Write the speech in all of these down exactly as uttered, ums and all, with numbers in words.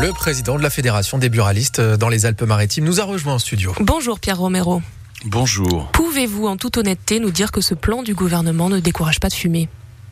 Le président de la Fédération des buralistes dans les Alpes-Maritimes nous a rejoint en studio. Bonjour Pierre Romero. Bonjour. Pouvez-vous en toute honnêteté nous dire que ce plan du gouvernement ne décourage pas de fumer ?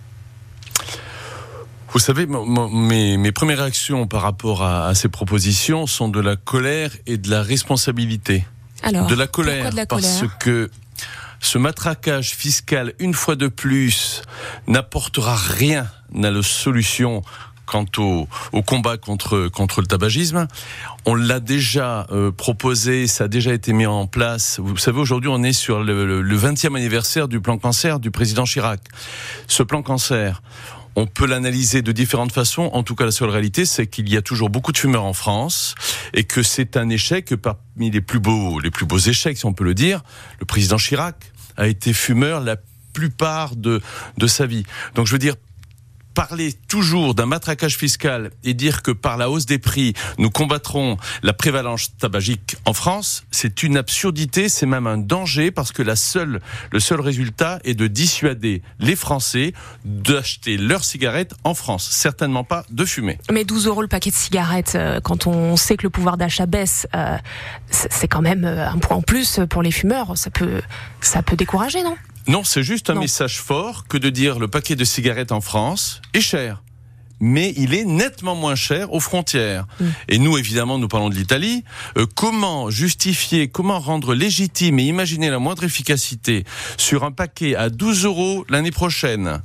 Vous savez, mes, mes premières réactions par rapport à, à ces propositions sont de la colère et de la responsabilité. Alors, de la colère, pourquoi de la parce colère ? que ce matraquage fiscal, une fois de plus, n'apportera rien à la solution quant au, au combat contre, contre le tabagisme. On l'a déjà euh, proposé, ça a déjà été mis en place. Vous savez, aujourd'hui, on est sur le, le vingtième anniversaire du plan cancer du président Chirac. Ce plan cancer, on peut l'analyser de différentes façons. En tout cas, la seule réalité, c'est qu'il y a toujours beaucoup de fumeurs en France et que c'est un échec parmi les plus beaux, les plus beaux échecs, si on peut le dire. Le président Chirac a été fumeur la plupart de, de sa vie. Donc, je veux dire, parler toujours d'un matraquage fiscal et dire que par la hausse des prix, nous combattrons la prévalence tabagique en France, c'est une absurdité, c'est même un danger parce que la seule, le seul résultat est de dissuader les Français d'acheter leurs cigarettes en France, certainement pas de fumer. Mais douze euros le paquet de cigarettes, euh, quand on sait que le pouvoir d'achat baisse, euh, c'est quand même un point en plus pour les fumeurs. Ça peut, ça peut décourager, non ? Non, c'est juste un non. message fort que de dire le paquet de cigarettes en France est cher. Mais il est nettement moins cher aux frontières. Mmh. Et nous, évidemment, nous parlons de l'Italie. Euh, comment justifier, comment rendre légitime et imaginer la moindre efficacité sur un paquet à douze euros l'année prochaine,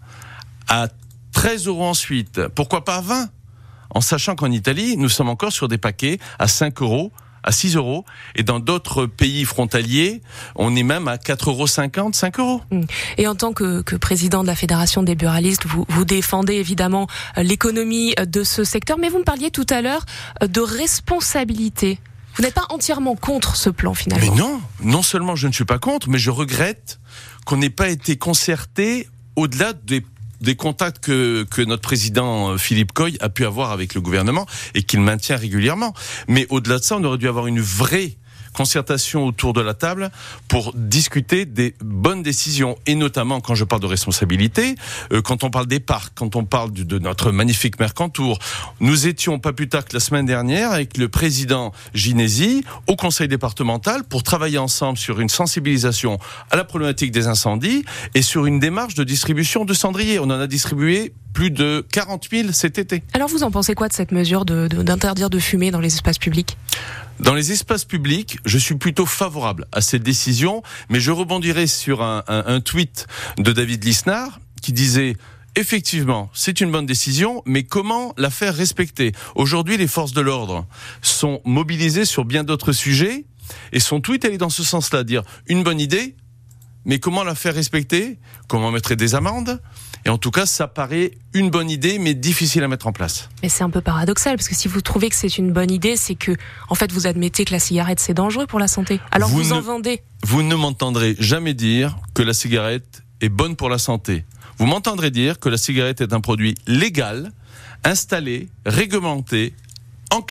à treize euros ensuite, pourquoi pas à vingt ? En sachant qu'en Italie, nous sommes encore sur des paquets à cinq euros, à six euros, et dans d'autres pays frontaliers, on est même à quatre euros cinquante, cinq euros. Et en tant que, que président de la Fédération des buralistes, vous, vous défendez évidemment l'économie de ce secteur, mais vous me parliez tout à l'heure de responsabilité. Vous n'êtes pas entièrement contre ce plan, finalement. Mais non, non seulement je ne suis pas contre, mais je regrette qu'on n'ait pas été concerté au-delà des des contacts que, que notre président Philippe Coy a pu avoir avec le gouvernement et qu'il maintient régulièrement. Mais au-delà de ça, on aurait dû avoir une vraie concertation autour de la table pour discuter des bonnes décisions. Et notamment, quand je parle de responsabilité, euh, quand on parle des parcs, quand on parle de, de notre magnifique Mercantour, nous étions pas plus tard que la semaine dernière avec le président Ginesy au conseil départemental pour travailler ensemble sur une sensibilisation à la problématique des incendies et sur une démarche de distribution de cendriers. On en a distribué plus de quarante mille cet été. Alors vous en pensez quoi de cette mesure de, de, d'interdire de fumer dans les espaces publics ? Dans les espaces publics, je suis plutôt favorable à cette décision, mais je rebondirai sur un, un, un tweet de David Lisnard qui disait « Effectivement, c'est une bonne décision, mais comment la faire respecter ?» Aujourd'hui, les forces de l'ordre sont mobilisées sur bien d'autres sujets, et son tweet allait dans ce sens-là, dire « Une bonne idée, mais comment la faire respecter ? Comment mettre des amendes ? » Et en tout cas, ça paraît une bonne idée, mais difficile à mettre en place. Mais c'est un peu paradoxal, parce que si vous trouvez que c'est une bonne idée, c'est que, en fait, vous admettez que la cigarette, c'est dangereux pour la santé. Alors vous, vous en ne, vendez. Vous ne m'entendrez jamais dire que la cigarette est bonne pour la santé. Vous m'entendrez dire que la cigarette est un produit légal, installé, réglementé,